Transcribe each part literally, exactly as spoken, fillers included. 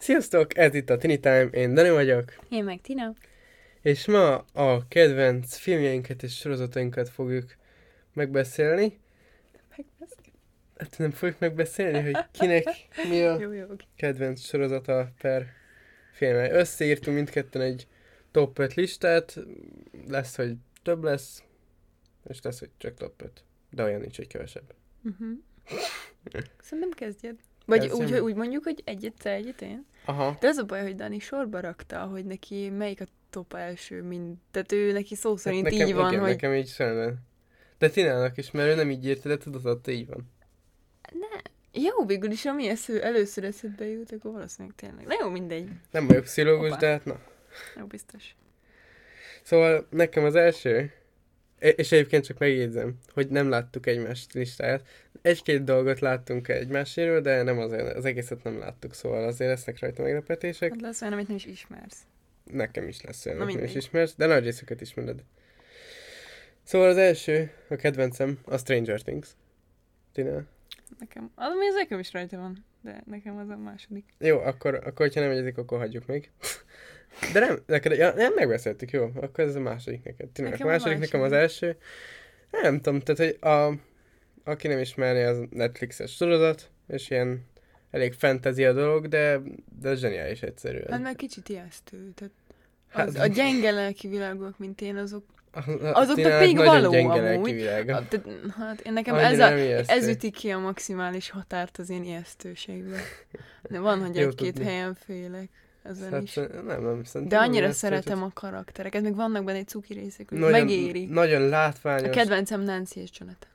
Sziasztok, ez itt a Tini Time, én Dani vagyok. Én meg Tina. És ma a kedvenc filmjeinket és sorozatainkat fogjuk megbeszélni. Megbeszélni. Hát nem fogjuk megbeszélni, hogy kinek mi a jó, jó, okay. kedvenc sorozata per filme. Összeírtunk mindketten egy top öt listát, lesz, hogy több lesz, és lesz, hogy csak top öt. De olyan nincs, hogy kevesebb. Uh-huh. Szerintem kezdjed. Vagy Kezdjem. úgy, hogy úgy mondjuk, hogy egyet te, egyet én. Aha. De az a baj, hogy Dani sorba rakta, hogy neki melyik a top első, mind. Tehát ő neki szó szerint hát nekem, így van, igen, hogy... nekem így szerintem. De Tinának is, mert ő nem így írta, de tudod, hogy így van. Ne. Jó, végül is, ami esző, először eszedbe jut, akkor valószínűleg tényleg. Na jó, mindegy. Nem vagyok pszichológus, Opa. de hát na. Jó, biztos. Szóval nekem az első, és egyébként csak megjegyzem, hogy nem láttuk egymás listáját. Egy-két dolgot láttunk egymáséről, de nem azért, az egészet nem láttuk, szóval azért lesznek rajta meglepetések. Hát lesz olyan, amit nem is ismersz. Nekem is lesz olyan, Na amit nem is mindegy. ismersz, de nagy részüket ismered. Szóval az első, a kedvencem, a Stranger Things. Tina? Nekem, az, ami az nekem is rajta van, de nekem az a második. Jó, akkor, akkor hogyha nem egyezik, akkor hagyjuk még. De nem, neked, ja, nem megbeszéltük, jó? Akkor ez a második neked. Tina, Nekem a a második, nekem az második. első. Nem tudom, tehát, hogy a, aki nem ismerné, az Netflixes sorozat, és ilyen elég fantasy a dolog, de, de zseniális egyszerűen. Hát meg kicsit ijesztő. Tehát Hát- az, a gyenge lelki világok, mint én, azok A- a- azok Tinának pedig nagyon való gyenge amúgy. lelkivilága. A, tehát, hát én nekem Annyira ez, a, nem ijesztő. ez üti ki a maximális határt az én ijesztőségbe. De van, hogy Jó egy-két tudni. helyen félek ezen Hát, is. nem, nem, szerintem De nem annyira ijesztő, szeretem csak a karaktereket, meg vannak benne egy cuki részek, hogy nagyon, megéri. Nagyon A látványos, kedvencem Nancy és Jonathan.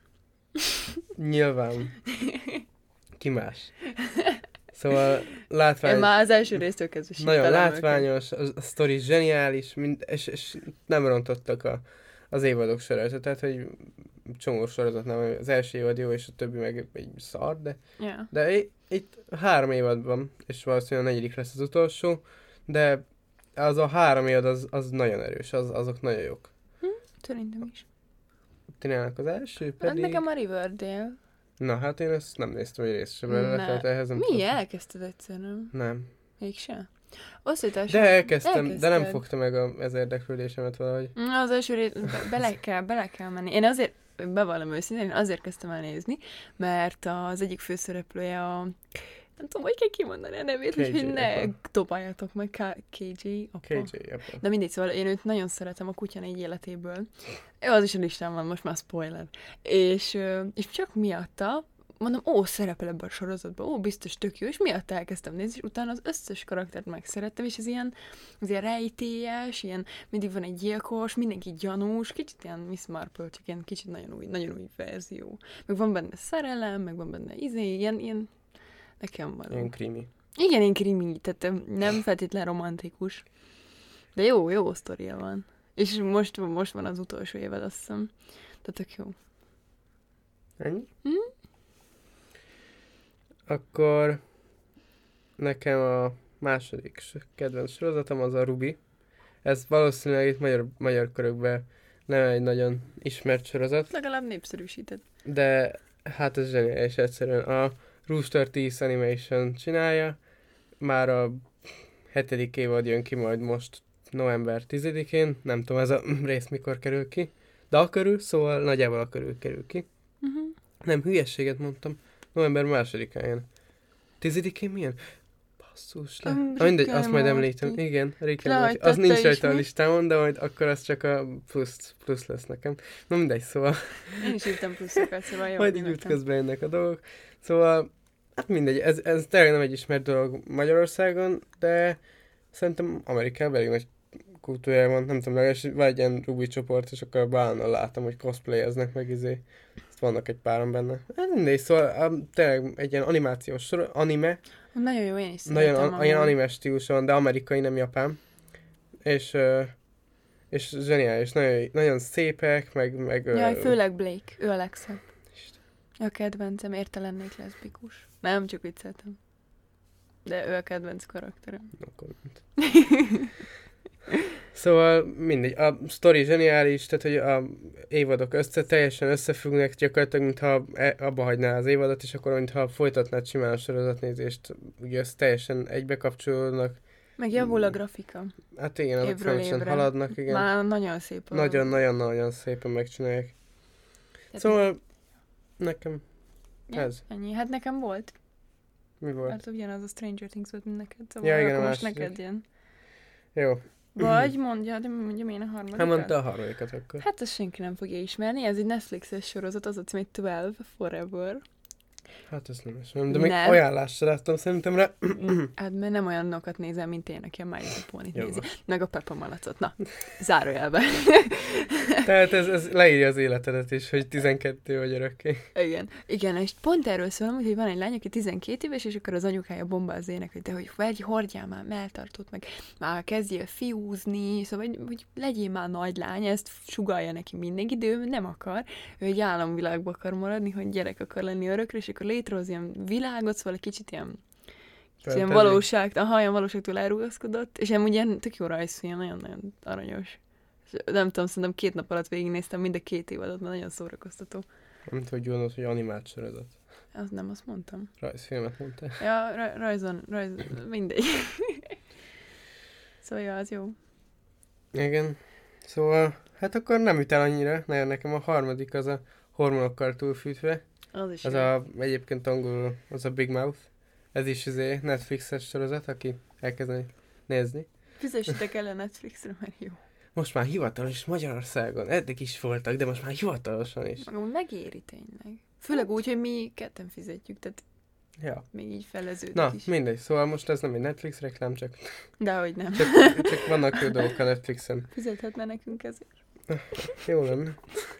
nyilván. Ki más? Szóval látvány, Én már az első résztől kezdve nagyon sippelem őket. látványos, a, a sztori zseniális, mind, és, és nem rontottak a, az évadok sorát. Tehát, hogy csomó sorozatnál az első évad jó, és a többi meg egy szar, de, Ja. de i- itt három évad van, és valószínűleg a negyedik lesz az utolsó, de az a három évad az, az nagyon erős, az, azok nagyon jók. Szerintem is. Tinának az első Hát pedig... nekem a Riverdale. Na, hát én ezt nem néztem egy részt sem belőle, Ne. tehát ehhez nem Mi? tudok. Elkezdted egyszer, nem? Nem. Mégse? Osztítás. De elkezdtem, de nem Elkezdted. fogta meg a, ez érdeklődésemet valahogy. Na, az első rét, be- bele kell, bele kell menni. Én azért, bevallom őszintén, én azért kezdtem el nézni, mert az egyik főszereplője a... Nem tudom, hogy kell kimondani a nevét, ká jé úgyhogy ne apa. dobáljátok meg K- ká jé apa. ká jé, apa. De mindegy, szóval én őt nagyon szeretem a Kutya négy életéből. Ő az is a listán van, most már spoiler. És, ö, és csak miatta, mondom, ó, szerepel ebben a sorozatban, ó, biztos tök jó, és miatt elkezdtem nézni, és utána az összes karaktert megszerettem, és ez ilyen, az ilyen rejtélyes, ilyen, mindig van egy gyilkos, mindenki gyanús, kicsit ilyen Miss Marple, csak ilyen kicsit nagyon új, nagyon új verzió. Meg van benne szerelem, meg van benne izé, ilyen, ilyen, nekem való. Ilyen krimi. Igen, én krimi, tehát ö, nem feltétlen romantikus. De jó, jó sztoria van. És most, most van az utolsó évad, azt hiszem. Tehát tök jó. Ennyi? Hm? Akkor nekem a második s- kedvenc sorozatom az a Ruby. Ez valószínűleg itt magyar, magyar körökben nem egy nagyon ismert sorozat, Legalább népszerűsített. de hát ez zseniális egyszerűen. A Rooster Teeth Animation csinálja, már a hetedik évad jön ki majd most november tizedikén, nem tudom ez a rész mikor kerül ki, de a körül, szóval nagyjából a körül kerül ki. Uh-huh. Nem, hülyességet mondtam, november másodikán jön. Tizedikén milyen? Basszus, le. Um, Na mindegy, Rick and azt majd Morty. említem. Igen, Rick and Morty. Lehajtotta Az nincs is rajta a mi? listámon, de majd akkor az csak a plusz, plusz lesz nekem. Na mindegy, szóval Én is írtam pluszokat, szóval jó. majd így nyugodtan. útközben jönnek a dolgok. Szóval, hát mindegy, ez, ez tényleg nem egy ismert dolog Magyarországon, de szerintem Amerikában elég nagy kultúrája van, nem tudom, legalábbis van egy ilyen Ruby csoport, és akkor bálnal látom, hogy cosplayeznek meg izé. Ezt vannak egy páran benne. Hát mindegy, szóval um, tényleg egy ilyen animációs sor, anime, Nagyon jó, én is nagyon szeretem. an, ilyen amúgy. anime stílusa van, de amerikai, nem japán. És, uh, és zseniális, nagyon, nagyon szépek, meg... meg Jaj, ö, főleg Blake, ő a legszebb. A kedvencem, érte lennék leszbikus. Nem, csak vicceltem. De ő a kedvenc karakterem. no comment. Szóval mindegy, a sztori zseniális, tehát hogy a évadok össze, teljesen összefüggnek, gyakorlatilag, mintha e- abba hagyná az évadot, és akkor mintha folytatnád simán a sorozatnézést, ugye ezt teljesen egybe kapcsolódnak. Meg javul a grafika. Hát igen, azok Évről folyamatosan évre. haladnak, igen. Már nagyon szép. a- Nagyon-nagyon-nagyon szépen megcsinálják. Tehát Szóval nekem ja, ez. Ennyi. Hát nekem volt. Mi volt? Mert ugyanaz a Stranger Things volt, mint neked. Szóval Ja, igen, akkor a most második. neked jön. Jó. Vagy mondja, de mondjam én a harmadikat. Hát mondta a harmadikat akkor. Hát ezt senki nem fogja ismerni, ez egy Netflixes sorozat, az a cím, hogy twelve Forever. Hát ezt nem ismerem, de még Nem. ajánlást se láttam szerintem rá. Hát mert nem olyanokat nézem, mint én, aki a My Little Pony-t Jó. nézi. Meg a Peppa Malacot. Na, zárójelbe. Tehát ez, ez leírja az életedet is, hogy tizenkettő vagy örökké. Igen. Igen, és pont erről szól, hogy van egy lány, aki tizenkét éves, és akkor az anyukája bombáz ének, hogy de hogy vagy hordjál már melltartót, meg már kezdjél fiúzni, szóval hogy, hogy legyél már nagy lány, ezt sugalja neki mindenki, de ő nem akar, ő egy álomvilágba akar maradni, hogy gyerek akar lenni örökre, és akkor létrehoz ilyen világot, szóval egy kicsit ilyen kicsit ilyen Fantasy. valóság, a hajam valóságtól elrugaszkodott, és amúgy ilyen tök jó rajzfilm, nagyon-nagyon aranyos. És nem tudom, szerintem két nap alatt végignéztem mind a két évadot, mert nagyon szórakoztató. Mint hogy gondolod, hogy animált sorozat. Az nem azt mondtam. Rajzfilmet mondtál. Ja, ra- rajzon, rajz, mindegy. Szóval, ja, az jó. Igen. Szóval, hát akkor nem üt el annyira. Nagyon nekem a harmadik az a hormonokkal túlfűtve. Az is Az jó. a, egyébként angolul, az a Big Mouth. Ez is izé Netflixes sorozat, aki elkezdeni nézni. Fizessetek el a Netflixre, mert jó. Most már hivatalos Magyarországon. Eddig is voltak, de most már hivatalosan is. Magam megéri tényleg. Főleg úgy, hogy mi ketten fizetjük, tehát Ja. még így feleződik Na, is. mindegy. Szóval most ez nem egy Netflix reklám, csak, Dehogy nem. csak, csak vannak jó dolgok a Netflixen. Fizethetne nekünk ezért. Jó lenne.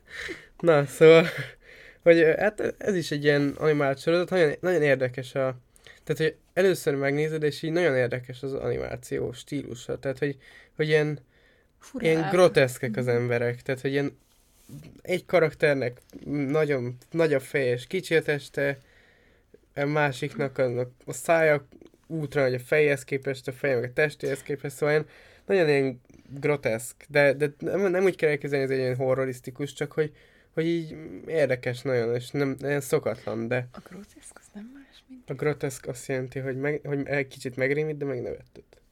Na, szóval, hogy hát ez is egy ilyen animált sorozat, nagyon, nagyon érdekes a... Tehát, hogy először megnézed, és így nagyon érdekes az animáció stílusa. Tehát, hogy, hogy ilyen, Furák. ilyen groteszkek az emberek. Tehát, hogy ilyen egy karakternek nagyon nagy a feje és kicsi a teste, a másiknak a, a szája útra nagy a fejhez képest, a feje meg a testéhez képest, szóval ilyen, nagyon ilyen groteszk, de, de nem, nem úgy kell elképzelni, ez egy ilyen horrorisztikus, csak hogy, hogy így érdekes nagyon, és nem ilyen szokatlan, de A groteszk az nem más, mint... a groteszk azt jelenti, hogy, meg, hogy egy kicsit megrémít, de megnevettet.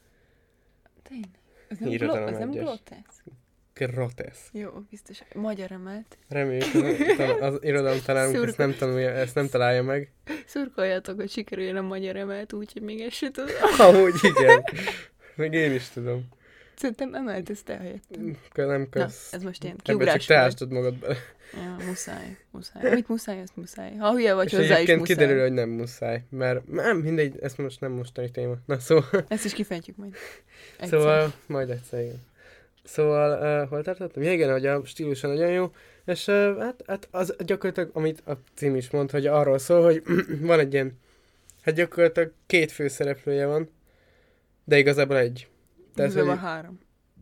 Tényleg. Az nem, Irodalom glo- az nem egyes. groteszk. Groteszk. Jó, biztos. Magyar emelt. Reméljük, az, az irodalom találunk, ezt nem, tanulja, ezt nem találja meg. Szurkoljatok, hogy sikerüljön a magyar emelt, úgyhogy még ezt se tudom. Amúgy igen. Még én is tudom. Szerintem emelt, ezt elhelyetten. Nem Na, kösz. ez most ilyen Ebbe csak kiugrás te volt. ástad magad bele. Ja, muszáj, muszáj. Amit muszáj, azt muszáj. Ha hülye vagy És hozzá is egyébként muszáj. kiderül, hogy nem muszáj, mert nem, mindegy, ez most nem mostani téma. Na szóval, Ezt is kifejtjük majd. Egyszer. szóval majd egyszer, igen. Szóval, uh, hol tartottam? Ja, igen, hogy a stílusa nagyon jó, és uh, hát, hát az gyakorlatilag, amit a cím is mond, hogy arról szól, hogy van egy ilyen, hát gyakorlatilag két főszereplője van, de igazából egy. Tehát, Igazából hogy, három.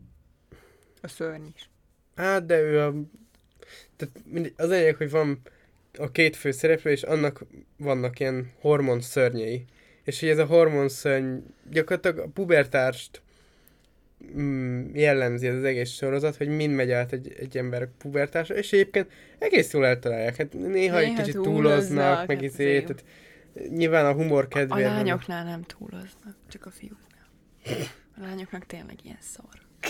A szörny is. hát, de ő a, tehát mindegy, az lényeg, hogy van a két főszereplő, és annak vannak ilyen hormon szörnyei. És hogy ez a hormonszörny gyakorlatilag a pubertást mm, jellemzi ez az egész sorozat, hogy mind megy át egy, egy ember pubertásra, és egyébként egész jól eltalálják. Hát néha, néha egy Néha kicsit túloznak, túloznak, meg hát izé, azért. tehát nyilván a humor A kedvéért. lányoknál nem túloznak, csak a fiúknál. A lányoknak tényleg ilyen szar.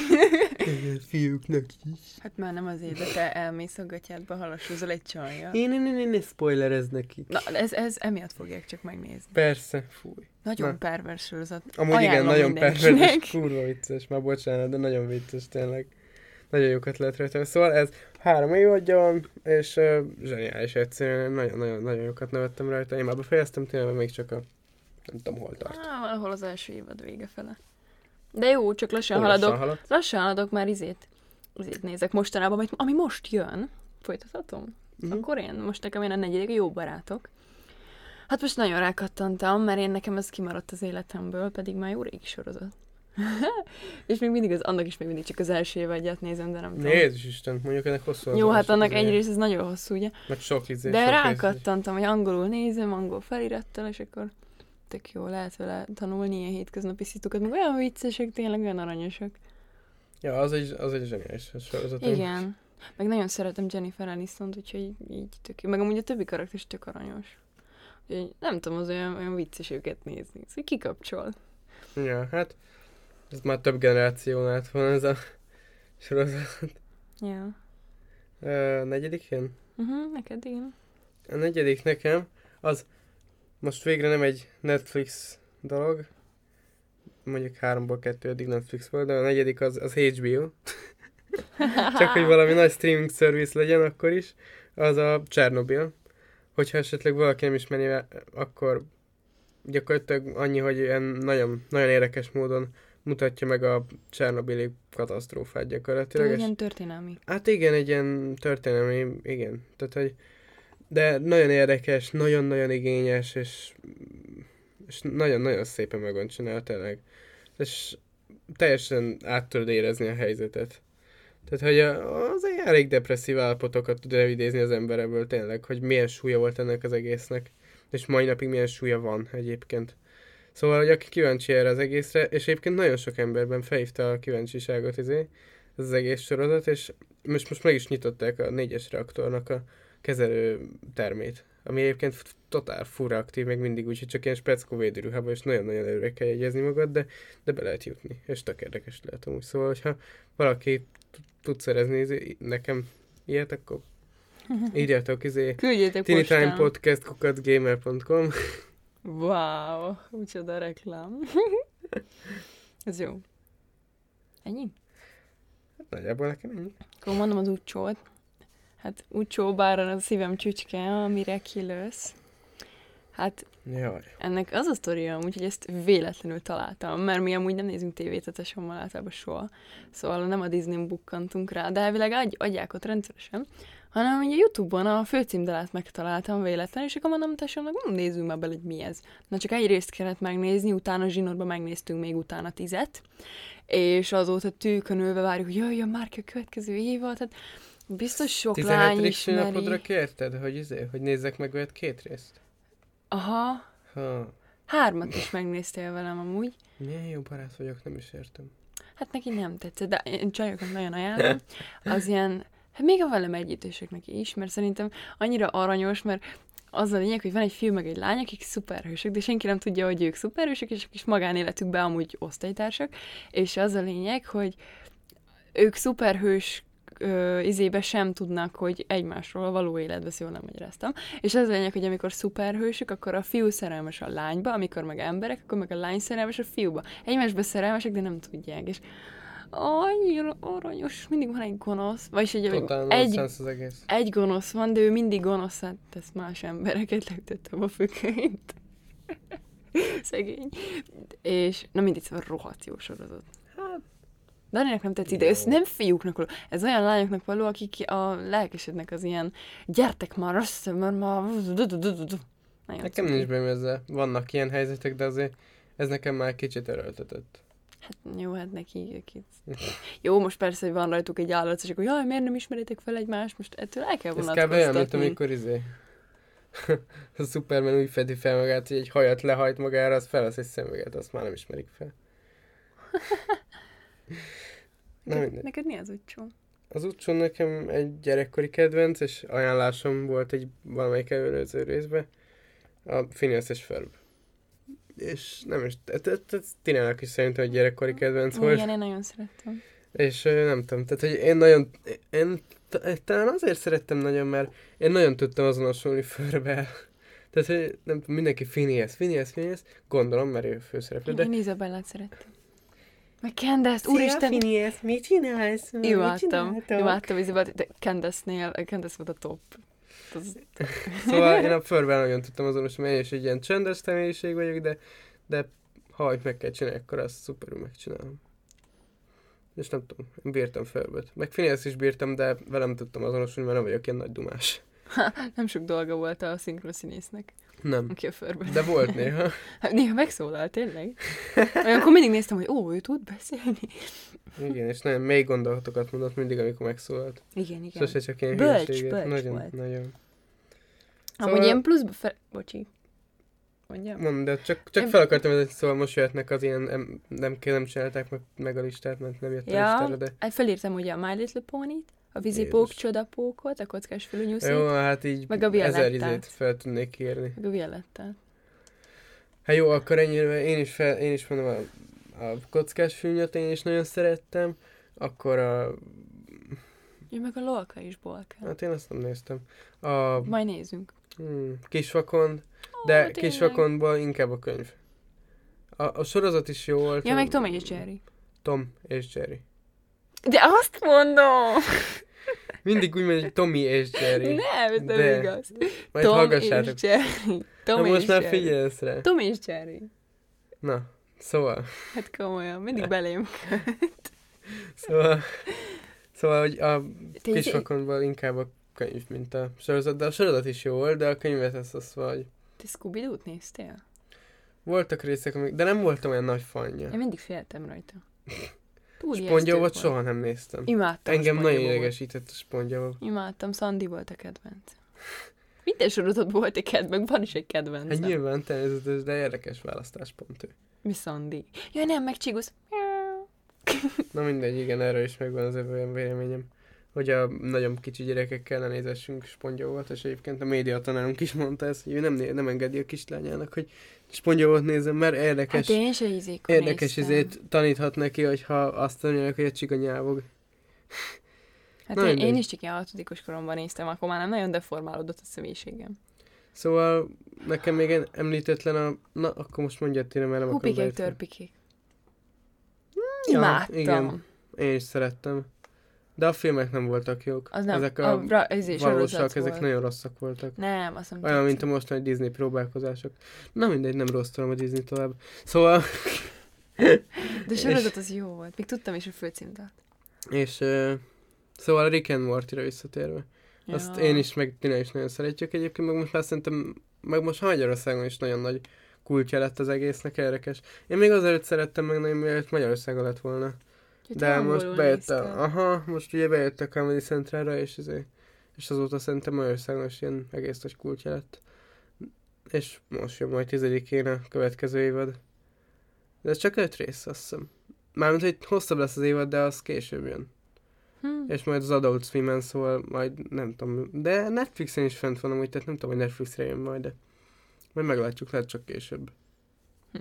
Fiúknak is. Hát már nem azért, de te elmész a gatyádba, halassózol egy csajjal. Én, én, én, én, én spoilerez neki. Na, ez, ez emiatt fogják csak megnézni. Persze, fúj. Nagyon Na. pervers sorozat. Amúgy igen, Ajánlom nagyon mindenkinek. pervers, és kurva vicces, már bocsánat, de nagyon vicces tényleg. Nagyon jókat lehet rajta. Szóval ez három évadja van, és uh, zseniális egyszerűen, nagyon-nagyon nagyon jókat nevettem rajta. Én már befejeztem tényleg, még csak a, nem tudom hol tart. Á, valahol az első évad vége fele. De jó, csak lassan Hol haladok. lassan halad? Lassan haladok, már izét, izét nézek mostanában, amit, ami most jön. Folytathatom? Mhm. Akkor én, most nekem én a negyedik, jó barátok. Hát most nagyon rákattantam, mert én nekem ez kimaradt az életemből, pedig már jó régi sorozat. És még mindig az, annak is még mindig csak az első évadját nézem, de nem tudom. Jézus Isten, mondjuk ennek hosszú az Jó, hát első annak izéje. egyrészt ez nagyon hosszú, ugye? Meg sok izé, De sok rákattantam, hogy angolul nézem, angol felirattal, és akkor tök jó lehet vele tanulni ilyen hétköznapi szitukat, meg olyan viccesek, tényleg olyan aranyosak. Ja, az egy, az egy zseniális sorozat. Igen. Meg nagyon szeretem Jennifer Aniston-t, úgyhogy így, így tök jó. Meg amúgy a többi karakter is tök aranyos. Úgyhogy nem tudom, az olyan, olyan vicces őket nézni. Szóval kikapcsol. Ja, hát ez már több generáción át van ez a sorozat. Ja. A negyedik jön? Uh-huh, neked igen. A negyedik nekem az most végre nem egy Netflix dolog, mondjuk háromból kettő eddig Netflix volt, de a negyedik az, az há bé o. Csak hogy valami nagy streaming service legyen akkor is, az a Chernobyl. Hogyha esetleg valaki nem ismeri, akkor gyakorlatilag annyi, hogy ilyen nagyon, nagyon érdekes módon mutatja meg a Csernobili katasztrófát gyakorlatilag. Tehát ilyen történelmi. Hát igen, egy ilyen történelmi, igen. Tehát, hogy de nagyon érdekes, nagyon-nagyon igényes, és, és nagyon-nagyon szépen meg van csinálva tényleg. És teljesen át tudod érezni a helyzetet. Tehát, hogy az egy elég depresszív állapotokat tud elvidézni az ember ebből tényleg, hogy milyen súlya volt ennek az egésznek. És mai napig milyen súlya van egyébként. Szóval, hogy aki kíváncsi erre az egészre, és egyébként nagyon sok emberben felhívta a kíváncsiságot izé, ez az egész sorozat, és most, most meg is nyitották a négyes reaktornak a kezelő termét, ami egyébként totál fura aktív, meg mindig úgy, hogy csak ilyen speckó védőruhában, és nagyon-nagyon előre kell jegyezni magad, de, de be lehet jutni, és tök érdekes lehet amúgy. Szóval, hogyha valaki tud szerezni izé, nekem ilyet, akkor írjátok izé Küldjétek tinitimepodcast podcast kukac gmail pont com. Wow, micsoda reklám. Ez jó. Ennyi? Hát nagyjából nekem ennyi. Akkor mondom az úcsót. Hát úcsó, bár a szívem csücske, a Miraculous. Hát Jaj. ennek az a sztoria amúgy, hogy ezt véletlenül találtam, mert mi amúgy nem nézünk tévét a tesómmal általában soha. Szóval nem a Disney-n bukkantunk rá, de elvileg adj, adják ott rendszeresen, hanem ugye YouTube-on a főcímdalát megtaláltam véletlenül, és akkor mondom tesómnak, hm, nézzünk már bele, hogy mi ez. Na csak egy részt kellett megnézni, utána zsinórban megnéztünk még utána tizet, és azóta tűkönülve várjuk, hogy jöjjön már ki a következő évad, tehát biztos sok lány ismeri. napodra kérted, hogy, izé, hogy nézzek meg olyat két részt? Aha. Ha. Hármat is megnéztél velem amúgy. Milyen jó barát vagyok, nem is értem. Hát neki nem tetszett, de én csajoknak nagyon ajánlom. Az ilyen, hát még a velem együttőseknek is, mert szerintem annyira aranyos, mert az a lényeg, hogy van egy fiú meg egy lány, akik szuperhősök, de senki nem tudja, hogy ők szuperhősök, és a kis magánéletükben amúgy osztálytársak, és az a lényeg, hogy ők szuperhős ö, izébe sem tudnak, hogy egymásról a való életbe, szóval nem magyaráztam. És az a lényeg, hogy amikor szuperhősök, akkor a fiú szerelmes a lányba, amikor meg emberek, akkor meg a lány szerelmes a fiúba. Egymásba szerelmesek, de nem tudják. És annyira aranyos, mindig van egy gonosz, vagyis egy, egy, az egész. egy gonosz van, de ő mindig gonoszat tesz más embereket, leütöttem a főként. Szegény. És na mindig, szóval rohadt jó sorozat. Daninak nem tetszik, de ez nem fiúknak való. Ez olyan lányoknak való, akik a lelkesednek az ilyen gyertek már össze, mert már... Nekem nincs benne ezzel. Vannak ilyen helyzetek, de azért ez nekem már kicsit erőltetett. Hát jó, hát neki kicsit. Jó, most persze, hogy van rajtuk egy állat, és akkor jaj, miért nem ismeritek fel egymást? Most ettől el kell vonatkoztatni. Ez kb. Olyan, mint amikor izé... a Superman úgy fedi fel magát, hogy egy hajat lehajt magára, az felvesz egy szemüveget, azt már nem ismerik fel. Neked, neked mi az úcsó? Az úcsó nekem egy gyerekkori kedvenc, és ajánlásom volt egy valamelyik előző részben, a Phineas és Ferb. És nem is, ez Tinának is szerintem egy gyerekkori kedvenc volt. Igen, én nagyon szerettem. És nem tudom, tehát hogy én nagyon, én talán azért szerettem nagyon, mert én nagyon tudtam azonosulni Ferbbel. Tehát, hogy nem tudom, mindenki Phineas, Phineas, Phineas, gondolom, mert ő főszereplő, de... Én Izabellát szerettem. Meg Candace, úristen! Szia, Phineas, mit csinálsz? Imádtam, imádtam Izabellát, de Candace-nél, Candace volt a top. Az... Szóval én a Ferbbel nagyon tudtam azonosulni, én is egy ilyen csendes személyiség vagyok, de, de ha hogy meg kell csinálni, akkor azt szuperül megcsinálom. És nem tudom, én bírtam Ferbet. Meg Phineas is bírtam, de velem tudtam azonosulni, mert nem vagyok ilyen nagy dumás. Ha, nem sok dolga volt a szinkronszínésznek. Nem. Aki a Ferbet. De volt néha. Néha megszólal, tényleg. Olyankor mindig néztem, hogy ó, ő tud beszélni. Igen, és nagyon mély gondolatokat mondott mindig, amikor megszólalt. Igen, igen. Sose csak ilyen bölcs, hülyeséget. bölcs Nagyon, volt. nagyon. Amúgy ilyen pluszba fel... Bocsi. mondjam. Mondom, de csak, csak fel akartam vezetni, szóval most jöhetnek az ilyen, nem, nem, nem csinálták meg, meg a listát, mert nem jött a Ja, listára, de... hát felírtam ugye a My Little Pony-t, a vízipók, csodapókot, a kockás fülűnyuszit, Jó, hát így meg a ezer Violettát. izét fel tudnék írni. Meg a Violettát. Hát jó, akkor ennyire én is, fel, én is mondom, a, a kockás fülnyöt én is nagyon szerettem, akkor a... Ja, meg a Lolka is bolka. Hát én azt nem néztem. A Majd nézzünk. hmm, Kisvakond, Ó, de tényleg. Kisvakondból inkább a könyv. A, a sorozat is jó volt. Ja, meg Tom és Jerry. Tom és Jerry. De azt mondom! Mindig úgy megy, hogy Tommy és Jerry. Nem, ez nem De igaz. Majd Tom hallgassátok. és Jerry. Tom Na és most már Jerry. figyelsz rá. Tom és Jerry. Na, szóval. Hát komolyan, mindig belém. Szóval, szóval, hogy a Te Kisvakondból inkább a könyv, mint a sorozat, de a sorozat is jó volt, de a könyvet az az vagy. Te Scooby-Doo-t néztél? Voltak részek, amik, de nem voltam olyan nagy fanja. Én mindig féltem rajta. Túl ijesztő Spongyabobot volt. soha nem néztem. Imádtam Engem a nagyon SpongeBobot. idegesített a Spongyabob. Imádtam, Sandy volt a kedvenc. Minden sorozatban volt egy kedvenc, van is egy kedvenc. Hát nyilván természetes, de érdekes választáspont ő. Mi Sandy? Jaj, nem, meg Csigusz. Na mindegy, igen, erről is megvan az olyan véleményem, hogy a nagyon kicsi gyerekekkel ne nézessünk Spongyabobot, és egyébként a médiatanárunk is mondta ezt, hogy ő nem, né- nem engedi a kislányának, hogy Spongyabobot nézzen, mert érdekes, Hát én se izékon érdekes néztem. izét taníthat neki, hogyha azt mondják, hogy a csiga nyávog. Hát Na, én, mindegy. én is csak ilyen hatodikos koromban néztem, akkor már nem nagyon deformálódott a személyiségem. Szóval nekem még egy említetlen a... Na, akkor most mondjad tényleg, mert nem akarom Hupikék, beütni. törpikék. Ja, Imádtam. igen. Én is szerettem. De a filmek nem voltak jók. Az nem, Ezek a, a, bra, ez is sorozat valósak, ezek volt. nagyon rosszak voltak. Nem, azt nem Olyan, tetszik. mint a mostani Disney próbálkozások. Na mindegy, nem rosszolom a Disney tovább. Szóval... De sorozat az jó volt. Még tudtam is a főcímdalt. És... Uh, szóval a Rick and Morty-ra visszatérve. Ja. Azt én is, meg Tina is nagyon szeretjük egyébként, meg most már szerintem, meg most Magyarországon is nagyon nagy kultja lett az egésznek, érdekes. Én még azelőtt szerettem meg nagyon, mielőtt Magyarországon lett volna. Ja, De te most angolul bejött a, nézted. aha, most ugye bejött a Comedy Centralra, és, ezért, és azóta szerintem Magyarországon is ilyen egész nagy kultja lett. És most jön majd tizedikén a következő évad. De ez csak öt rész, azt hiszem. Mármint, hogy hosszabb lesz az évad, de az később jön. Hm. És majd az Adult Swim-en, szóval majd nem tudom, de Netflixen is fent van amúgy, tehát nem tudom, hogy Netflixre jön majd, de majd meglátjuk, lehet csak később. Hm.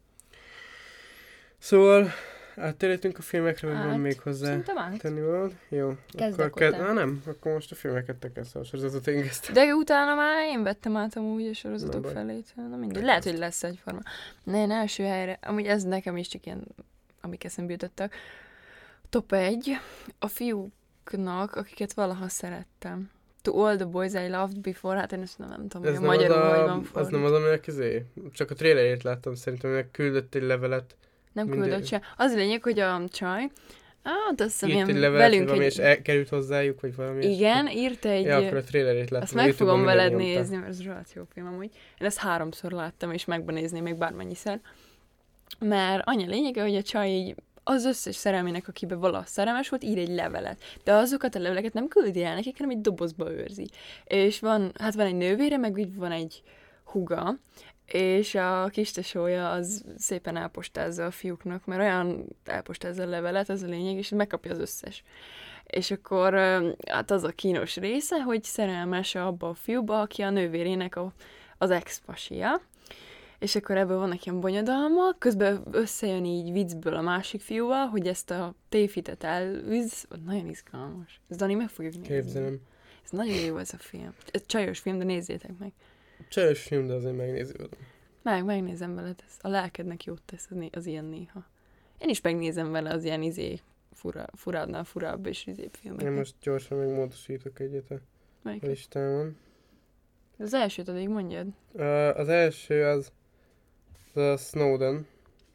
Szóval áttérítünk a filmekre, vagy van Hát, még hozzá Szerintem át. tenni valód? Jó. Kezdek akkor kezd... utána. Ah, nem, akkor most a filmeket te kezd, a sorozatot én kezdtem. De utána már én vettem át amúgy a sorozatok Na baj. felét. Na mindegy, lehet, hogy lesz egyforma. Ne, én első helyre, amúgy ez nekem is csak ilyen, amik eszembe jutottak. Top egy, a fiúknak, akiket valaha szerettem. To all the boys I loved before, hát én ezt nem, nem tudom, Ez hogy nem, az magyarul hogy a, van az fordítva. nem az, aminek izé, csak a trailerét láttam szerintem, aminek küldött egy levelet. Nem mindegy. küldött se. Az a lényeg, hogy a csaj, hát azt hiszem, Írt egy ilyen levelet, velünk vagy valami, egy... és elkerült hozzájuk, vagy valami. Igen, írt egy... Ja, akkor a trailerét láttam. Azt a meg YouTube-on fogom veled mindenki nyomta. nézni, mert ez rohadt jó film amúgy. Én ezt háromszor láttam, és megbenézném még bármennyiszer. Mert annyi a lényege, hogy a csaj így az összes szerelmének, akiben vala szerelmes volt, ír egy levelet. De azokat a leveleket nem küldi el nekik, hanem egy dobozba őrzi. És van, hát van egy nővére, meg úgy van egy húga, és a kistesója az szépen elpostázza a fiúknak, mert olyan elpostázza a levelet, ez a lényeg, és megkapja az összes. És akkor ö, hát az a kínos része, hogy szerelmes abba a fiúba, aki a nővérének a, az ex-pasia. És akkor ebből vannak ilyen bonyodalmak, közben összejön így viccből a másik fiúval, hogy ezt a tévhitet elűz, nagyon izgalmas. Ez Dani, meg fogjuk nézni. Képzelem. Ez nagyon jó ez a film. Ez csajos film, de nézzétek meg. Csajos film, de azért megnézi oda. Meg, megnézem veled, ez a lelkednek jót tesz az, né- az ilyen néha. Én is megnézem vele az ilyen izé fura, furádnál furább és izébb filmeket. Én most gyorsan megmódosítok egyet a Melyiket? listámon. Az elsőt addig mondjad. Uh, az első az, az a Snowden.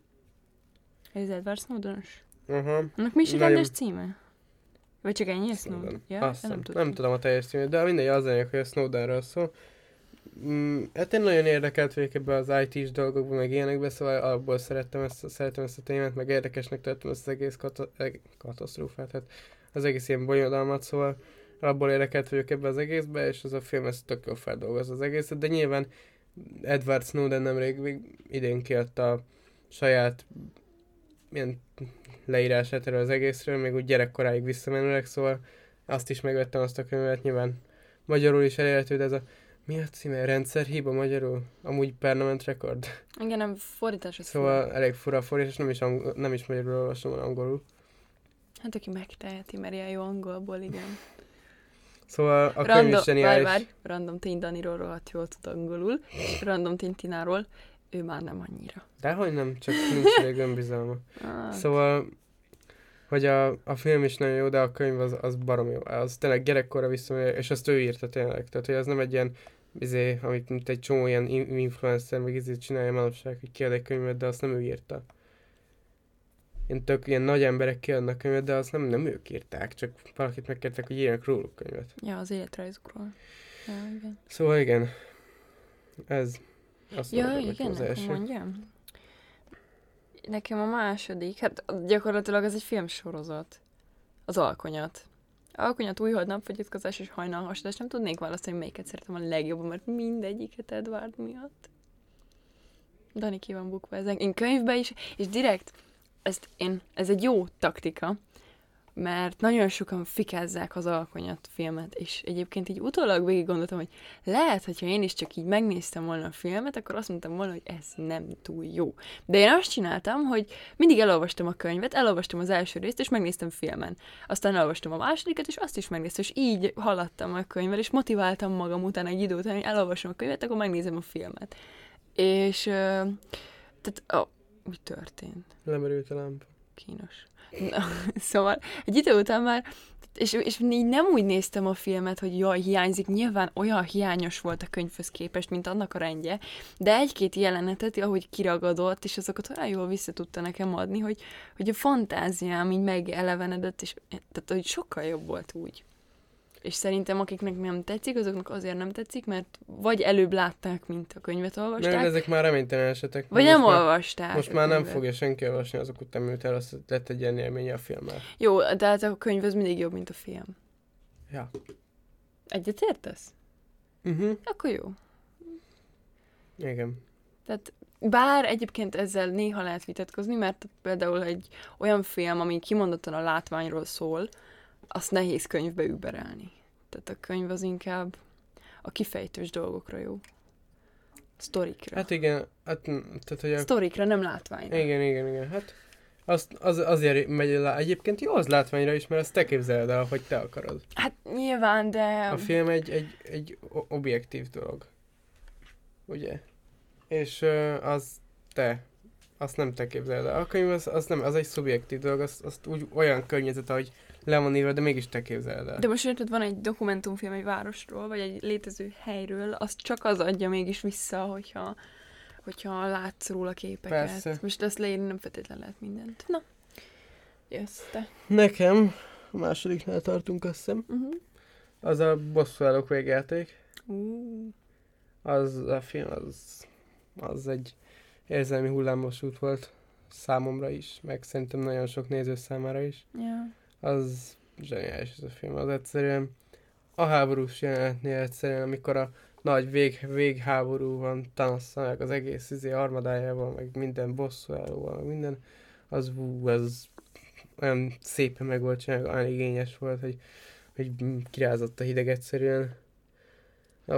Ez Edward Snowden-os. Aha. Annak mi is a Nagyon- rendes címe? Vagy csak ennyi a Snowden? Ja, Azt én nem nem, tudom. nem tudom a teljes címét, de mindegy, az lényeg, hogy a Snowdenről szól. Mm, hát én nagyon érdekelt vagyok ebbe az í té-s dolgokba, meg ilyenekbe, szóval abból szerettem ezt, szeretem ezt a témát, meg érdekesnek tartom ezt az egész kata- eg- katasztrófát, hát az egész ilyen bonyodalmat, szóval abból érdekelt vagyok ebbe az egészbe, és az a film ezt tök jól feldolgoz az egészet, de nyilván Edward Snowden nemrég még idén kiadta a saját ilyen leírását erről az egészről, még úgy gyerekkoráig visszamenőleg, szóval azt is megvettem azt a könyvet, nyilván magyarul is elérhető, de ez a mi a címe? Rendszerhiba magyarul? Amúgy permanent record. Igen, nem fordítás az Szóval fura. elég fura a fordítás, nem is, angol, nem is magyarul olvasom, hanem angolul. Hát aki megteheti, mert ilyen jó angolból, igen. Szóval a könyv Random, is zseniális. várj, várj, Random Tény Daniról rohadt jól tud angolul, Random Tény Tináról, ő már nem annyira. Dehogy nem, csak nincs elég önbizalma. Ah, Szóval, hogy a, a film is nagyon jó, de a könyv az, az barom jó. Az tényleg gyerekkorra visszamegy, és azt ő írta tényleg. Tehát, hogy ez nem egy ilyen, izé, amit mint egy csomó ilyen influencer, meg izé csinálja manapság, hogy kiad egy könyvet, de azt nem ő írta. Ilyen tök ilyen nagy emberek kiadnak könyvet, de azt nem, nem ők írták, csak valakit megkértek, hogy írjanak róluk könyvet. ja, az életrajzukról. Ja, igen. Szóval igen, ez azt Ja, mondom, igen, az nekem első. mondjam. Nekem a második, hát gyakorlatilag ez egy filmsorozat. Az Alkonyat. Alkonyat, Újhold, Napfogyatkozás és Hajnalhasadás. Nem tudnék választani, melyiket szeretem a legjobban, mert mindegyiket Edward miatt. Dani ki van bukva ezen. Én könyvbe is, és direkt, ezt én, ez egy jó taktika, mert nagyon sokan fikázzák az Alkonyat filmet, és egyébként így utólag végig gondoltam, hogy lehet, hogyha én is csak így megnéztem volna a filmet, akkor azt mondtam volna, hogy ez nem túl jó. De én azt csináltam, hogy mindig elolvastam a könyvet, elolvastam az első részt, és megnéztem filmen. Aztán elolvastam a másodikat, és azt is megnéztem, és így haladtam a könyvvel, és motiváltam magam utána egy idő után, hogy elolvasom a könyvet, akkor megnézem a filmet. És, uh, tehát, oh, mi történt? Lemerült a lámpa. Kínos. Na, szóval egy idő után már, és, és így nem úgy néztem a filmet, hogy jaj, hiányzik, nyilván olyan hiányos volt a könyvhöz képest, mint annak a rendje, de egy-két jelenetet, ahogy kiragadott, és azokat olyan jól vissza tudta nekem adni, hogy, hogy a fantáziám így megelevenedett, és tehát, hogy sokkal jobb volt úgy. És szerintem akiknek nem tetszik, azoknak azért nem tetszik, mert vagy előbb látták, mint a könyvet olvasták, Nem, ezek már reménytelen esetek. vagy Most nem már- olvasták. Most a már nem könyvet. fogja senki olvasni azok után, miután azt lett egy ilyen élménye a filmmel. Jó, de hát a könyv az mindig jobb, mint a film. Ja. Egyet értesz? Uh-huh. Akkor jó. Igen. Tehát bár egyébként ezzel néha lehet vitatkozni, mert például egy olyan film, ami kimondottan a látványról szól, azt nehéz könyvbe überelni. Tehát a könyv az inkább a kifejtős dolgokra jó. Sztorikra. Hát igen, hát, m- tehát hogy a... Sztorikra, nem látványra. Igen, igen, igen, hát azt, az, azért megy le. Egyébként jó az látványra is, mert azt te képzeled el, ahogy te akarod. Hát nyilván, de... A film egy, egy, egy o- objektív dolog. Ugye? És ö, az te. Azt nem te képzeled el. A könyv az, az nem, az egy szubjektív dolog, azt, azt úgy olyan környezet, ahogy le van írva, de mégis te képzeled el. De most érted, van egy dokumentumfilm egy városról, vagy egy létező helyről, azt csak az adja mégis vissza, hogyha, hogyha látsz róla képeket. Persze. Most ezt leírni nem feltétlenül lehet mindent. Na, jössz te. Nekem, a másodiknál tartunk, azt hiszem, Uh-huh. az a bosszúállók végjáték. Uh. Az a film, az, az egy érzelmi hullámos út volt számomra is, meg szerintem nagyon sok néző számára is. Ja. Az zseniális ez a film, az egyszerűen a háborús jelenetnél egyszerűen, amikor a nagy vég, végháború van Thanosszal, meg az egész izé armadájával, meg minden bosszúállóval, meg minden, az hú, az olyan szépen meg volt csinálva, olyan igényes volt, hogy, hogy kirázott a hideg egyszerűen. A,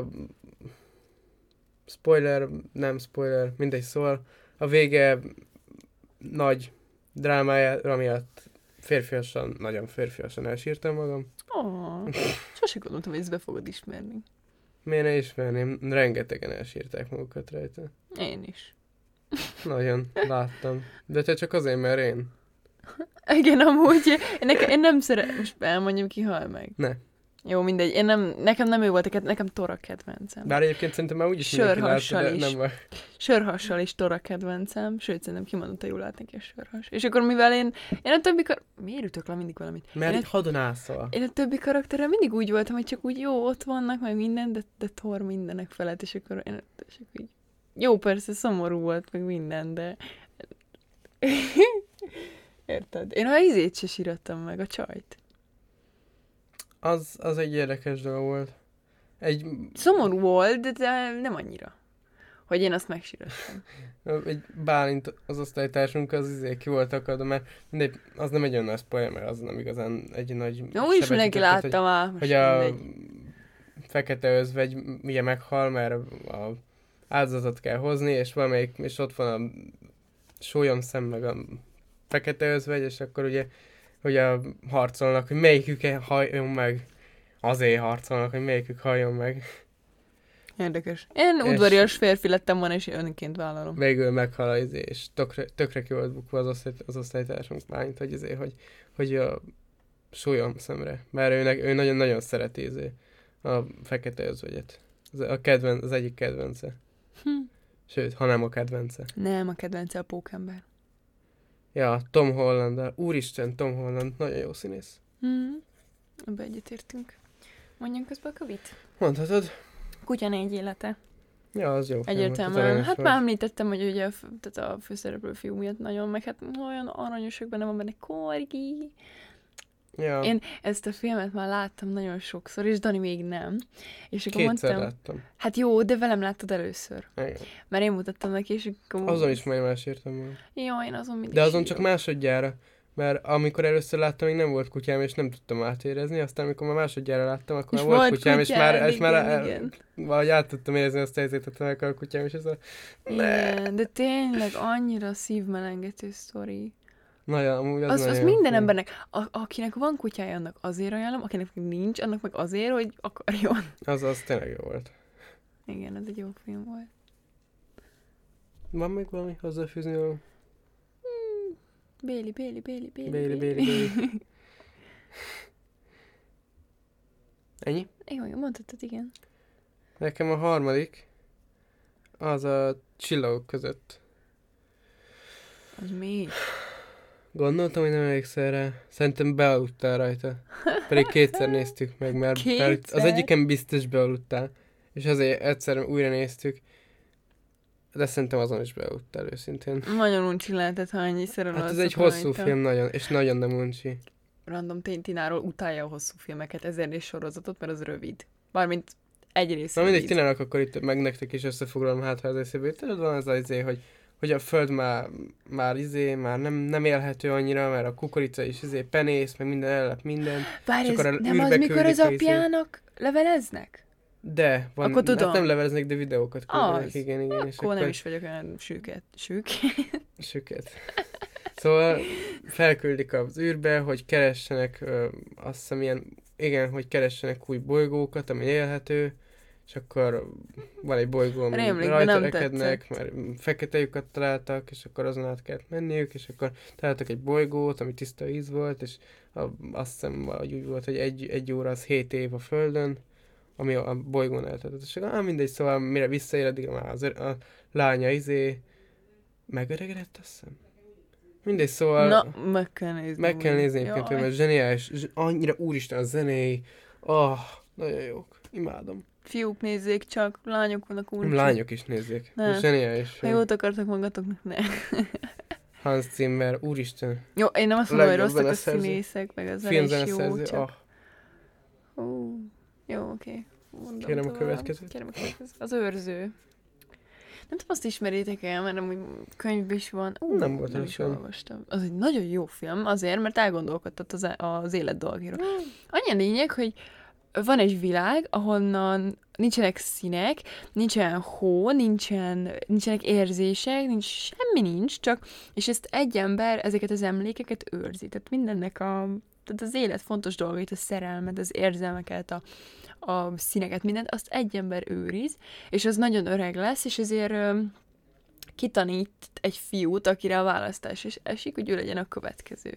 spoiler, nem spoiler, mindegy, szóval a vége nagy drámájára miatt férfiasan, nagyon férfiasan elsírtam magam. Oh, sose gondoltam, hogy ezt be fogod ismerni. Miért ne ismerném? Rengetegen elsírták magukat rajta. Én is. Nagyon, láttam. De te csak azért, mert én. Igen, amúgy én, nekem, én nem szeret... Most elmondjam, ki hal meg. Ne. Jó, mindegy. Én nem, nekem nem ő volt a ked... nekem Tora kedvencem. Bár egyébként szerintem már úgyis mindenki látta, Sörhassal de is. nem vagy. Sörhassal is Tora kedvencem, sőt, szerintem kimondottan jól lát neki a sörhas. És akkor mivel én, én a többi kar... Miért ütök le mindig valamit? Mert Én egy hadonászol. Én a többi karakterrel mindig úgy voltam, hogy csak úgy jó, ott vannak, meg minden, de, de Thor mindenek felett, és akkor én és akkor így... Jó, persze, szomorú volt, meg minden, de... Érted? Én a izét se sírattam meg, a csajt. Az, az egy érdekes dolog volt. Egy... Szomorú volt, de, de nem annyira. hogy én azt megsírassam. Egy Bálint az osztálytársunk az izé ki volt akadva, mert mindegy, az nem egy olyan nagy spoiler, mert az nem igazán egy nagy... Jó, úgyis mindenki látta már. Hogy a fekete özvegy ugye meghal, mert a áldozatot kell hozni, és valamelyik, és ott van a sólyom szem, meg a fekete özvegy, és akkor ugye, ugye harcolnak, hogy melyikük halljon meg. Azért harcolnak, hogy melyikük halljon meg. Érdekes. Én udvarias férfi lettem volna, és önként vállalom. Végül meghal az izé, és tökre, tökre ki volt bukva az, osztály, az osztálytársunk Bálint, hogy, izé, hogy, hogy a sólyom szemre. Mert ő, ő nagyon-nagyon szereti izé, a fekete özvegyet. Az, a kedven, az egyik kedvence. Hm. Sőt, ha nem a kedvence. Nem, a kedvence a pókember. Ja, Tom Holland. Úristen, Tom Holland. Nagyon jó színész. Hm. Ebbe egyetértünk. Mondjunk közben a kövit? Mondhatod. Kutya négy élete. Ja, az jó. Egyértelműen. Hát már említettem, hogy ugye a, tehát a főszereplő fiú miatt nagyon, meg hát olyan aranyosak benne van benne Korgi. Ja. Én ezt a filmet már láttam nagyon sokszor, és Dani még nem. És akkor Kétszer mondtam, láttam. Hát jó, de velem láttad először. Igen. Mert én mutattam neki, és akkor... Azon is majd más értem volna. Jó, én azon mindig De azon sírok. csak másodjára. Mert amikor először láttam, még nem volt kutyám, és nem tudtam átérezni, aztán amikor már másodjára láttam, akkor És már volt volt kutyám, kutyád, és már, és igen, már el, igen. valahogy át tudtam érezni azt a helyzetet, hogy a kutyám, és ez a... Igen, de tényleg annyira szívmelengető sztori. Nagyon, amúgy az, Az, az nagyon minden jó. embernek, a, akinek van kutyája, annak azért ajánlom, akinek meg nincs, annak meg azért, hogy akarjon. Az, az tényleg jó volt. Igen, ez egy jó film volt. Van még valami hozzáfűzni való? Hmm. Béli, Béli, Béli, Béli, Béli, Béli, Béli. Ennyi? Jó, jó, mondhatod, igen. Nekem a harmadik az a Csillagok között. Az mi? Gondoltam, hogy nem emlékszel rá. Szerintem bealudtál rajta. Pedig kétszer néztük meg, mert, mert az egyiken biztos bealudtál. És azért egyszer újra néztük. De szerintem azon is bealudtál őszintén. Nagyon uncsi lehetett, ha ennyiszer Hát ez egy hosszú film nagyon, és nagyon nem uncsi. Random Tináról utálja a hosszú filmeket, ezért néz sorozatot, mert az rövid. Bármint egy rész Na rövid. mindegy, Tinának akkor itt meg nektek is összefoglalom, hát ha az eszébe jut. Tudod, van az az izé, hogy, hogy a föld már, már izé, már nem, nem élhető annyira, mert a kukorica is izé penész, meg minden ellep minden. Várj, ez akkor nem az, űrbe mikor az küldik a izé- apjának leveleznek? De, van, Akkor tudom. hát nem leveleznek, de videókat küldenek, Az. igen, igen. és Akkor nem is vagyok olyan süket. Sük? Süket. Szóval felküldik az űrbe, hogy keressenek, ö, azt hiszem ilyen, igen, hogy keressenek új bolygókat, ami élhető, és akkor van egy bolygó, ami Rémlik, de rajta nem rekednek, mert fekete lyukat találtak, és akkor azon át kellett menniük, és akkor találtak egy bolygót, ami tiszta víz volt, és a, azt hiszem, hogy úgy volt, hogy egy, egy óra az hét év a Földön, ami a bolygón eltöltött. És akkor ah, mindegy, szóval mire visszaér, addig már az, a lánya izé megöregedett, azt hiszem. Mindegy, szóval... Na, meg kell nézni. Meg kell nézni egyébként, Jaj. mert zseniális, zs- annyira úristen a zenéi, ah, nagyon jók, imádom. Fiúk nézzék csak, lányok vannak úgy. Lányok is nézzék, Ne. zseniális Ha film. jót akartak magatoknak, ne. Hans Zimmer, úristen, Jó, én nem azt mondom, hogy Legjobb rosszak a zeneszerző. színészek, meg a zene is jó, filmzeneszerző, csak... ah, Ó, jó, oké. Mondom Kérem a tovább. következőt. Kérem a következőt. Az őrző. Nem tudom, azt ismeritek el, mert amúgy könyvben is van. Ú, Nem volt nem is először. olvastam. Az egy nagyon jó film, azért, mert elgondolkodtat az, az élet dolgairól. Annyi a lényeg, hogy van egy világ, ahonnan nincsenek színek, nincsen hó, nincsen, nincsenek érzések, nincs, semmi nincs, csak, és ezt egy ember ezeket az emlékeket őrzi. Tehát mindennek a, tehát az élet fontos dolgait, a szerelmet, az érzelmeket, a, a színeket, mindent, azt egy ember őriz, és az nagyon öreg lesz, és ezért ö, kitanít egy fiút, akire a választás is esik, hogy ő legyen a következő.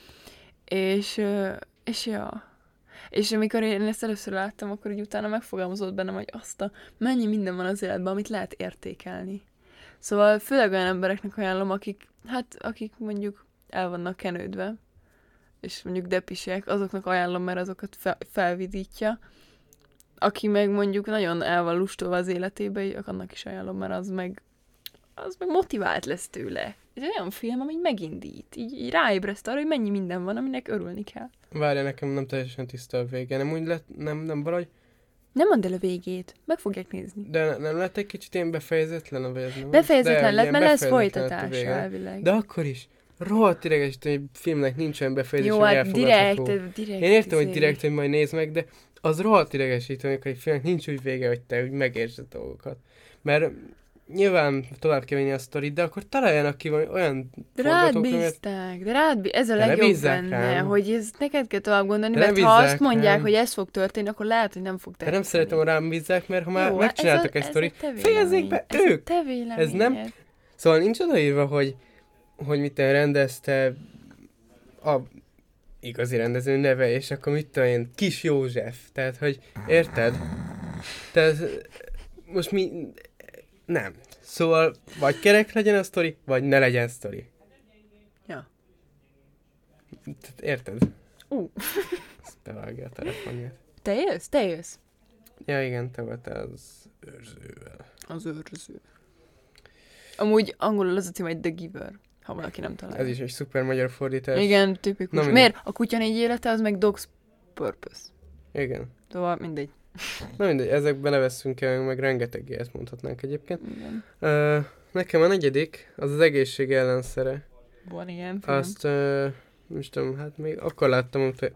És, ö, és ja... És amikor én ezt először láttam, akkor úgy utána megfogalmazott bennem, hogy azt a mennyi minden van az életben, amit lehet értékelni. Szóval főleg olyan embereknek ajánlom, akik, hát akik mondjuk el vannak kenődve, és mondjuk depisek, azoknak ajánlom, mert azokat fe- felvidítja. Aki meg mondjuk nagyon el van lustolva az életébe, annak is ajánlom, mert az meg, az meg motivált lesz tőle. Ez egy olyan film, ami megindít. Így, így ráébreszt arra, hogy mennyi minden van, aminek örülni kell. várja, nekem nem teljesen tiszta a vége, nem úgy lett, nem, nem valahogy, Nem mondd el a végét. Meg fogják nézni. De nem lett egy kicsit ilyen befejezetlen, vagy ez nem? Befejezetlen lett, mert lesz befejezetlen lett a folytatása vége. elvileg. De akkor is. Rohadt idegesítő, hogy egy filmnek nincs olyan befejezés, Jó, hogy hát elfogadható. direkt, direkt. Én értem, hogy izé. direkt, hogy majd nézd meg, de az rohadt idegesítő, amikor egy filmnek nincs úgy vége, hogy te úgy megértsd a dolgokat. Mert nyilván tovább kell vinni a sztorit, de akkor találjanak ki valami olyan De rád forgatókönyvet. bízták, de rád bí- ez a De ne legjobb bízzák benne, rám. hogy ez neked kell tovább gondolni, De ne mert ha azt bízzák mondják, rám. hogy ez fog történni, akkor lehet, hogy nem fog De történni. nem szeretem, ha rám bízzák, mert ha már Jó, megcsináltak ez egy a- sztorit, ez a te fejezzék be véleményed, ők! Ez a te véleményed. Ez nem- Szóval nincs odaírva, hogy, hogy mit te rendezte a igazi rendező neve, és akkor mit tudom én, Kis József. Tehát, hogy érted? Tehát most mi... Nem. Szóval vagy kerek legyen a sztori, vagy ne legyen sztori. Ja. Tehát érted? Ú. Ezt bevágja a telefonját. Te jössz? Te jössz? Ja igen, te voltál az őrzővel. Az őrző. Amúgy angolul az a cím, hogy The Giver, ha valaki nem találja. Ez is egy szuper magyar fordítás. Igen, tipikus. Na, mindegy. Miért? A kutya négy élete az meg Dog's Purpose. Igen. Szóval mindegy. Na mindegy, ezekben ne vesszünk el, meg rengeteg ilyet mondhatnánk egyébként. Igen. Uh, nekem a negyedik, az az egészség ellenszere. Van ilyen film. Azt, uh, nem is tudom, hát még akkor láttam, amikor...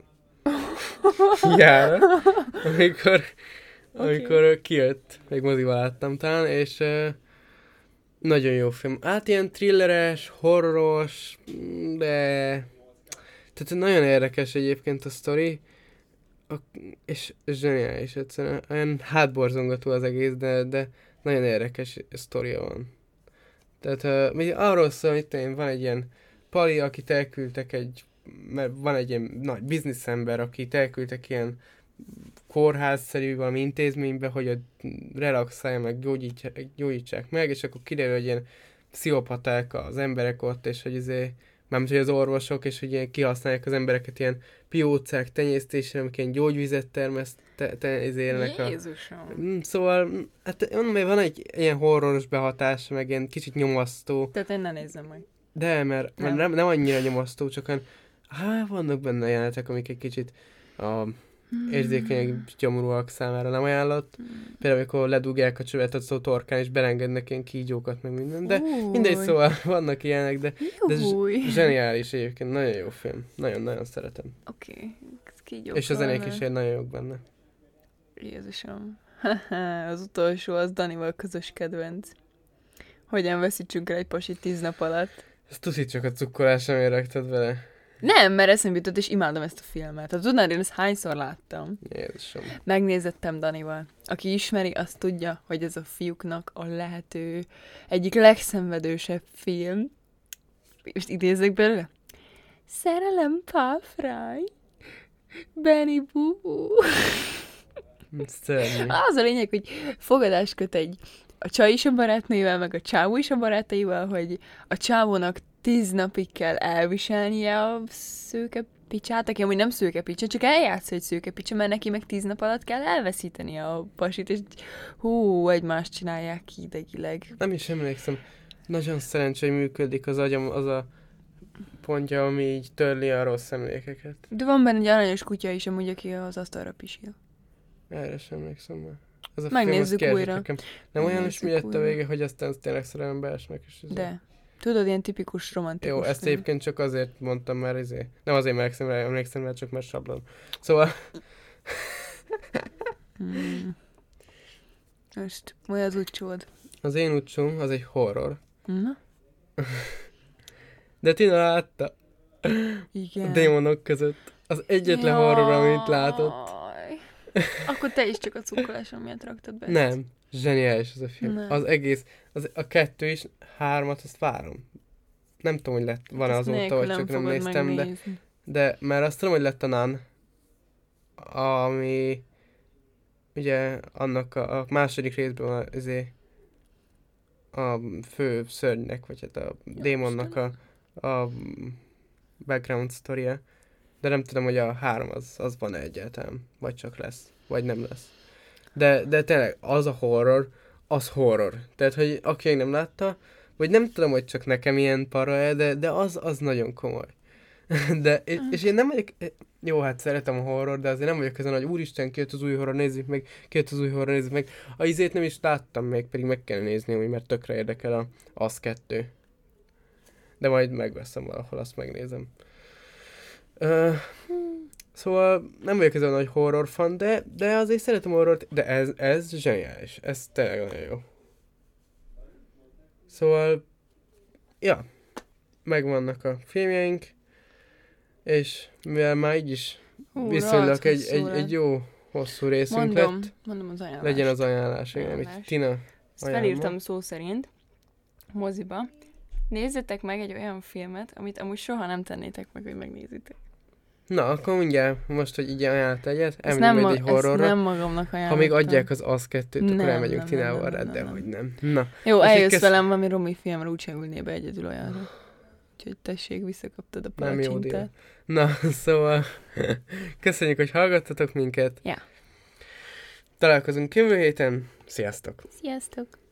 Jára, amikor, amikor okay. kijött, még moziba láttam talán, és uh, nagyon jó film. Hát ilyen thrilleres, horroros, de... Tehát nagyon érdekes egyébként a sztori, a, és zseniális egyszerűen. Olyan hátborzongató az egész, de, de nagyon érdekes sztoria van. Tehát uh, arról szól, hogy én van egy ilyen pali, akit elküldtek egy, mert van egy ilyen nagy bizniszember, akit elküldtek ilyen kórházszerű valami intézménybe, hogy ott relaxálja meg, gyógyítsák, gyógyítsák meg, és akkor kiderül, hogy ilyen pszichopaták az emberek ott, és hogy azért, mármint, hogy az orvosok, és hogy ilyen kihasználják az embereket ilyen piócák tenyésztésre, amik ilyen gyógyvizet termesztenek. Jézusom. A... Szóval, hát mondom, hogy van egy ilyen horroros behatása, meg ilyen kicsit nyomasztó. Tehát én ne nézzem meg. De, mert, mert nem, nem annyira nyomasztó, csak olyan, hát vannak benne jelenetek, amik egy kicsit a érzékenyek, gyomorúak számára nem ajánlott. Például, amikor ledugják a csövet a torkán, és belengednek ilyen kígyókat, meg minden. De Új. mindegy, szóval vannak ilyenek, de, de Júj. z- zseniális egyébként, nagyon jó film. Nagyon-nagyon szeretem. Oké. Okay. És a zenék is egy nagyon jók benne. Jézusom. Az utolsó, az Danival közös kedvenc. Hogyan veszítsünk el egy pasit tíz nap alatt? Ezt tuszít csak a cukkolás, amire raktad vele. Nem, mert eszembe jutott, és imádom ezt a filmet. Hát tudnád, én ezt hányszor láttam? Jézusom. Megnézettem Danival. Aki ismeri, azt tudja, hogy ez a fiúknak a lehető egyik legszenvedősebb film. Most idézzek belőle. Szerelem páfráj. Benny Boo. Szörnyű. Az a lényeg, hogy fogadást köt egy a csaj is a barátnőivel, meg a csávó is a barátaival, hogy a csávónak tíz napig kell elviselnie a szőke picsát, aki amúgy nem szőke picsa, csak eljátsza, hogy szőke picsa, mert neki meg tíz nap alatt kell elveszíteni a pasit, és hú, egymást csinálják ki idegileg. Nem is emlékszem. Nagyon szerencsé, hogy működik az agyam, az a pontja, ami így törli a rossz emlékeket. De van benne egy aranyos kutya is, amúgy, aki az asztalra pisil. Erre sem emlékszem már. Az a Megnézzük film, az újra. nekem. Nem olyan is Megnézzük mi lett a újra. vége, hogy aztán tényleg szerelembe esnek. És ez De. Tudod, ilyen tipikus romantikus Jó, ezt film. egyébként csak azért mondtam már, ezért. Nem azért emlékszem rá, emlékszem rá, csak már sablon. Szóval... Hmm. Most, mi az utcsód? Az én utcsom, az egy horror. Na? De Tina látta. Igen. A démonok között. Az egyetlen horror, amit látott. Jaj. Akkor te is csak a cukkolásom miatt raktad be. Nem. Zseniális az a film. Nem. Az egész, az, a kettő is, hármat, azt várom. Nem tudom, hogy lett, van Ezt azóta, nélkül vagy csak nem fogod néztem, de, megnézni. de mert azt tudom, hogy lett a Nun, ami ugye annak a, a második részben van azért a fő szörnynek, vagy hát a démonnak a, a background sztoria. De nem tudom, hogy a három az, az van egyáltalán, vagy csak lesz, vagy nem lesz. De, de tényleg az a horror, az horror. Tehát, hogy aki még nem látta, vagy nem tudom, hogy csak nekem ilyen para de, de az, az nagyon komoly. De, és, és én nem vagyok, jó, hát szeretem a horror, de azért nem vagyok ezen, hogy úristen, kijött az új horror, nézzük meg, kijött az új horror, nézzük meg. A izét nem is láttam még, pedig meg kell nézni, úgy, mert tökre érdekel a az kettő. De majd megveszem valahol, azt megnézem. Uh, szóval nem vagyok ezen nagy horror fan, de, de azért szeretem a horrort, de ez, ez zseniális. Ez tényleg nagyon jó. Szóval, ja, megvannak a filmjeink, és mivel már így is Hú, viszonylag rohadt egy, hosszú egy, lett. egy jó hosszú részünk Mondom, lett, mondom az ajánlást. legyen az ajánlás, igen, amit Ajánlás. Tina Ezt ajánl felírtam ma. szó szerint, moziba. Nézzetek meg egy olyan filmet, amit amúgy soha nem tennétek meg, hogy megnézitek. Na, akkor mindjárt, most, hogy így ajánlott egyet, Ezt elmegyünk nem, majd ma- egy horrorra. ezt nem magamnak ajánlottam. Ha még adják az az kettőt, akkor Nem, elmegyünk nem, Tinával nem, rá, nem, de nem, hogy nem. nem. Na, Jó, Úgyhogy eljössz kezd- velem valami romi filmre, úgyse ülnél be egyedül olyanra. Úgyhogy tessék, visszakaptad a nem jó díl. palacsintát. Na, szóval köszönjük, hogy hallgattatok minket. Ja. Találkozunk jövő héten. Sziasztok! Sziasztok!